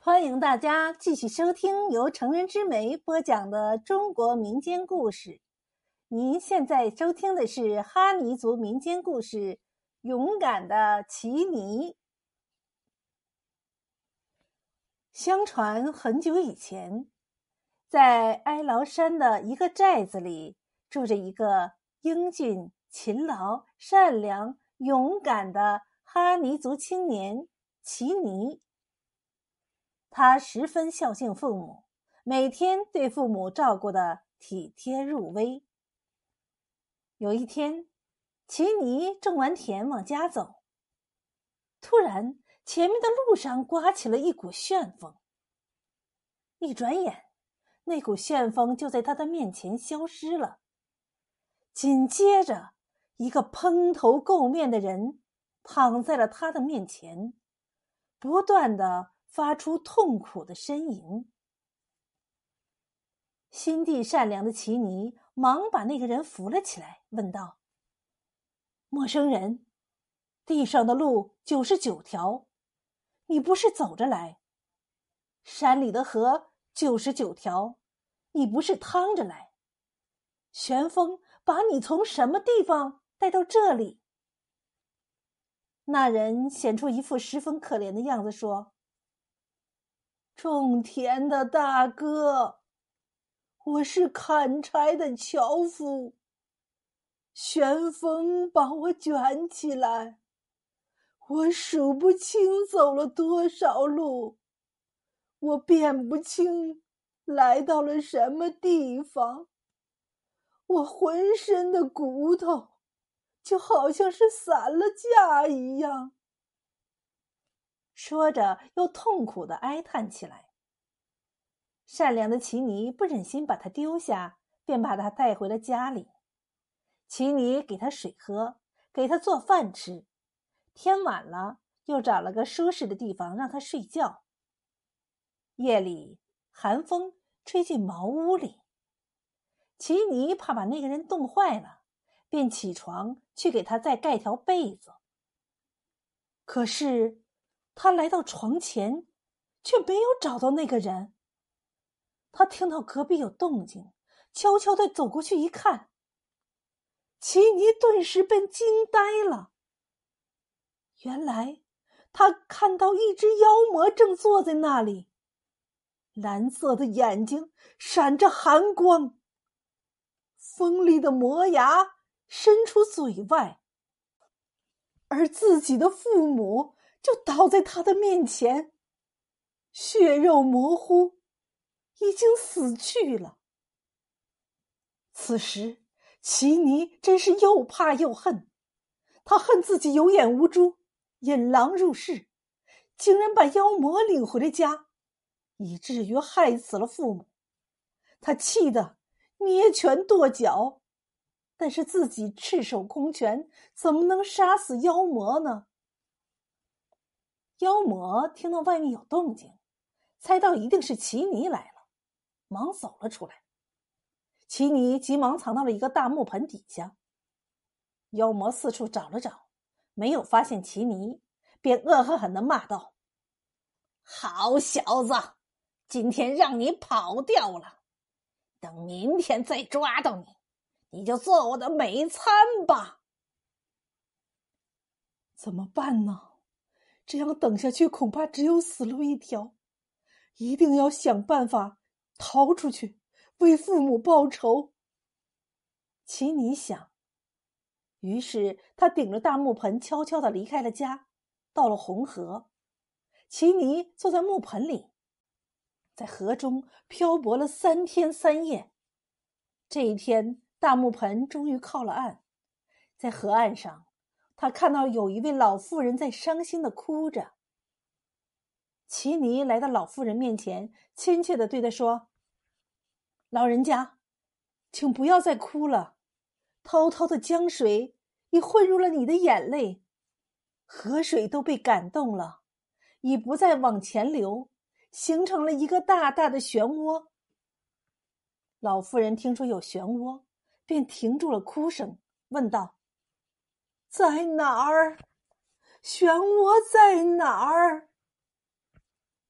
欢迎大家继续收听由成人之美播讲的中国民间故事。您现在收听的是哈尼族民间故事《勇敢的奇尼》。相传很久以前，在哀牢山的一个寨子里，住着一个英俊、勤劳、善良、勇敢的哈尼族青年奇尼。他十分孝敬父母，每天对父母照顾得体贴入微。有一天，奇尼种完田往家走，突然前面的路上刮起了一股旋风。一转眼，那股旋风就在他的面前消失了。紧接着，一个蓬头垢面的人躺在了他的面前，不断地发出痛苦的呻吟。心地善良的奇尼忙把那个人扶了起来，问道：“陌生人，地上的路99条，你不是走着来；山里的河99条，你不是趟着来。旋风把你从什么地方带到这里？”那人显出一副十分可怜的样子，说：“种田的大哥，我是砍柴的樵夫，旋风把我卷起来，我数不清走了多少路，我辨不清来到了什么地方，我浑身的骨头就好像是散了架一样。”说着又痛苦地哀叹起来。善良的奇尼不忍心把他丢下，便把他带回了家里。奇尼给他水喝，给他做饭吃，天晚了又找了个舒适的地方让他睡觉。夜里寒风吹进茅屋里，奇尼怕把那个人冻坏了，便起床去给他再盖条被子。可是他来到床前，却没有找到那个人。他听到隔壁有动静，悄悄地走过去一看，奇尼顿时便惊呆了。原来他看到一只妖魔正坐在那里，蓝色的眼睛闪着寒光，锋利的磨牙伸出嘴外，而自己的父母就倒在他的面前，血肉模糊，已经死去了。此时奇尼真是又怕又恨，他恨自己有眼无珠，引狼入室，竟然把妖魔领回了家，以至于害死了父母。他气得捏拳跺脚，但是自己赤手空拳，怎么能杀死妖魔呢？妖魔听到外面有动静，猜到一定是奇尼来了，忙走了出来。奇尼急忙藏到了一个大木盆底下。妖魔四处找了找，没有发现奇尼，便恶狠狠地骂道：“好小子，今天让你跑掉了，等明天再抓到你，你就做我的美餐吧。”怎么办呢？这样等下去恐怕只有死路一条，一定要想办法逃出去，为父母报仇。奇尼想。于是他顶着大木盆悄悄地离开了家，到了红河。奇尼坐在木盆里，在河中漂泊了3天3夜。这一天，大木盆终于靠了岸。在河岸上，他看到有一位老妇人在伤心地哭着。奇尼来到老妇人面前，亲切地对她说：“老人家，请不要再哭了，滔滔的江水已混入了你的眼泪，河水都被感动了，已不再往前流，形成了一个大大的漩涡。”老妇人听说有漩涡，便停住了哭声，问道：“在哪儿？漩涡在哪儿？”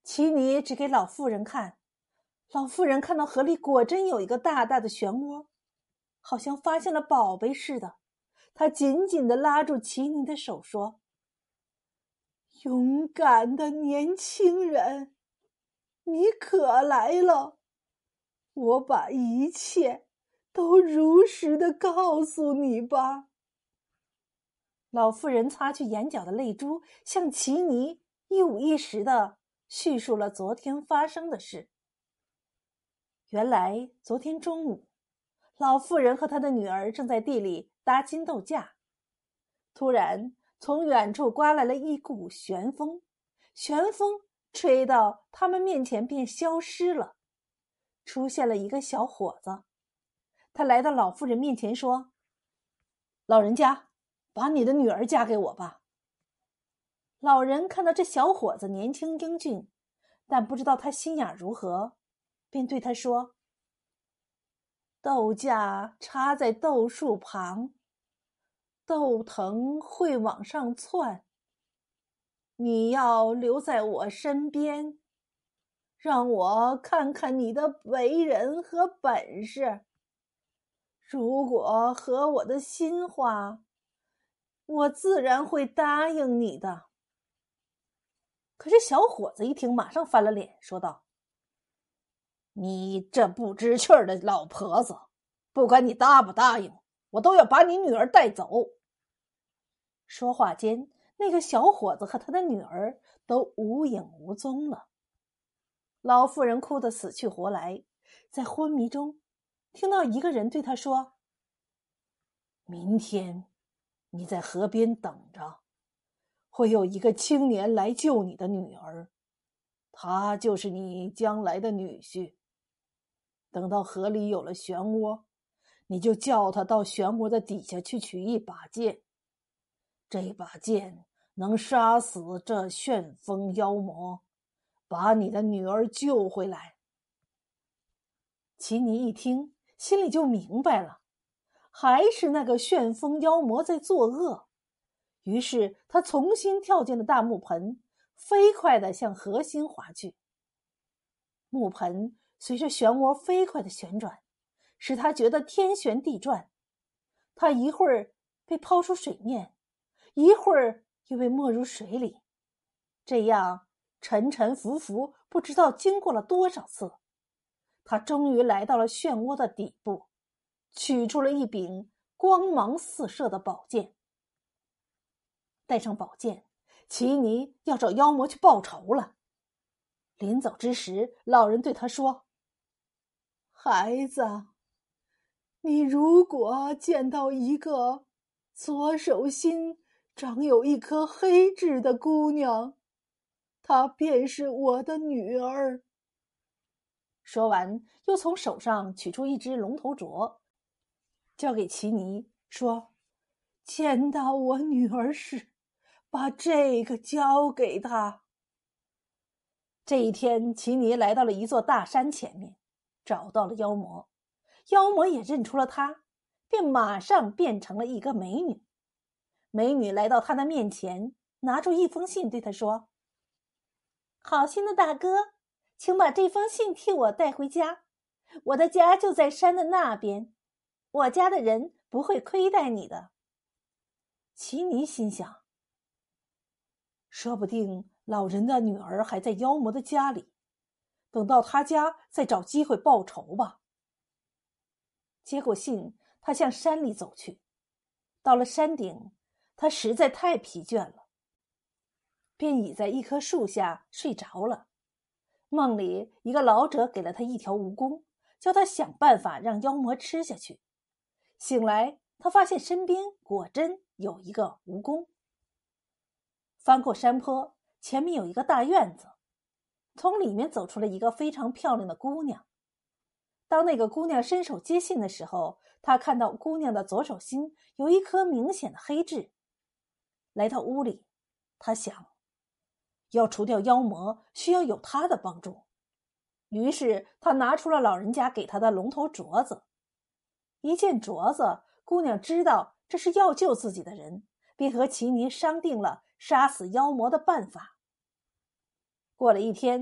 奇尼指给老妇人看，老妇人看到河里果真有一个大大的漩涡，好像发现了宝贝似的。她紧紧地拉住奇尼的手说：“勇敢的年轻人，你可来了，我把一切都如实的告诉你吧。”老妇人擦去眼角的泪珠，向奇尼一五一十地叙述了昨天发生的事。原来昨天中午，老妇人和她的女儿正在地里搭金豆架，突然从远处刮来了一股旋风，旋风吹到他们面前便消失了。出现了一个小伙子，他来到老妇人面前说：“老人家，把你的女儿嫁给我吧。”老人看到这小伙子年轻英俊，但不知道他心眼如何，便对他说：“豆架插在豆树旁，豆藤会往上窜。你要留在我身边，让我看看你的为人和本事。如果合我的心话，我自然会答应你的。”可是小伙子一听，马上翻了脸，说道：“你这不知趣儿的老婆子，不管你答不答应，我都要把你女儿带走。”说话间，那个小伙子和他的女儿都无影无踪了。老妇人哭得死去活来，在昏迷中听到一个人对她说：“明天你在河边等着，会有一个青年来救你的女儿，他就是你将来的女婿。等到河里有了漩涡，你就叫他到漩涡的底下去取一把剑，这把剑能杀死这旋风妖魔，把你的女儿救回来。”奇尼一听，心里就明白了，还是那个旋风妖魔在作恶。于是他重新跳进了大木盆，飞快地向河心划去。木盆随着漩涡飞快的旋转，使他觉得天旋地转。他一会儿被抛出水面，一会儿又被没入水里，这样沉沉浮浮，不知道经过了多少次。他终于来到了漩涡的底部，取出了一柄光芒四射的宝剑。带上宝剑，奇尼要找妖魔去报仇了。临走之时，老人对他说：“孩子，你如果见到一个左手心长有一颗黑痣的姑娘，她便是我的女儿。”说完，又从手上取出一只龙头镯，交给奇尼，说：“见到我女儿时，把这个交给她。”这一天，奇尼来到了一座大山前面，找到了妖魔。妖魔也认出了他，便马上变成了一个美女。美女来到他的面前，拿出一封信对他说：“好心的大哥，请把这封信替我带回家，我的家就在山的那边，我家的人不会亏待你的。”奇尼心想，说不定老人的女儿还在妖魔的家里，等到他家再找机会报仇吧。接过信，他向山里走去。到了山顶，他实在太疲倦了，便倚在一棵树下睡着了。梦里，一个老者给了他一条蜈蚣，叫他想办法让妖魔吃下去。醒来，他发现身边果真有一个蜈蚣。翻过山坡，前面有一个大院子，从里面走出了一个非常漂亮的姑娘。当那个姑娘伸手接信的时候，他看到姑娘的左手心有一颗明显的黑痣。来到屋里，他想，要除掉妖魔需要有他的帮助。于是他拿出了老人家给他的龙头镯子。一见镯子，姑娘知道这是要救自己的人，便和奇尼商定了杀死妖魔的办法。过了一天，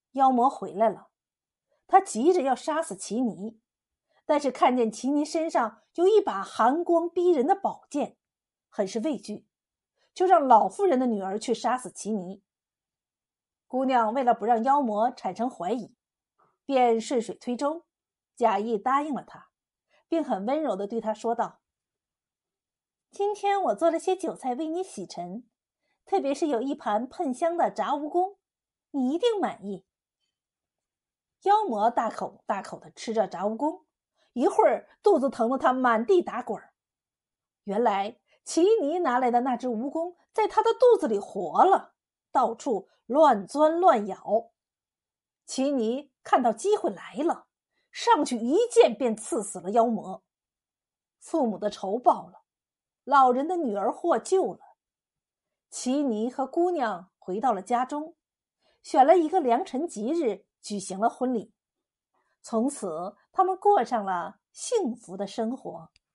妖魔回来了，他急着要杀死奇尼，但是看见奇尼身上有一把寒光逼人的宝剑，很是畏惧，就让老妇人的女儿去杀死奇尼。姑娘为了不让妖魔产生怀疑，便顺水推舟，假意答应了他，并很温柔地对他说道：今天我做了些酒菜为你洗尘，特别是有一盘喷香的炸蜈蚣，你一定满意。妖魔大口大口地吃着炸蜈蚣，一会儿肚子疼得他满地打滚。原来奇尼拿来的那只蜈蚣在他的肚子里活了，到处乱钻乱咬。奇尼看到机会来了，上去一剑便刺死了妖魔。父母的仇报了，老人的女儿获救了。奇尼和姑娘回到了家中，选了一个良辰吉日举行了婚礼。从此他们过上了幸福的生活。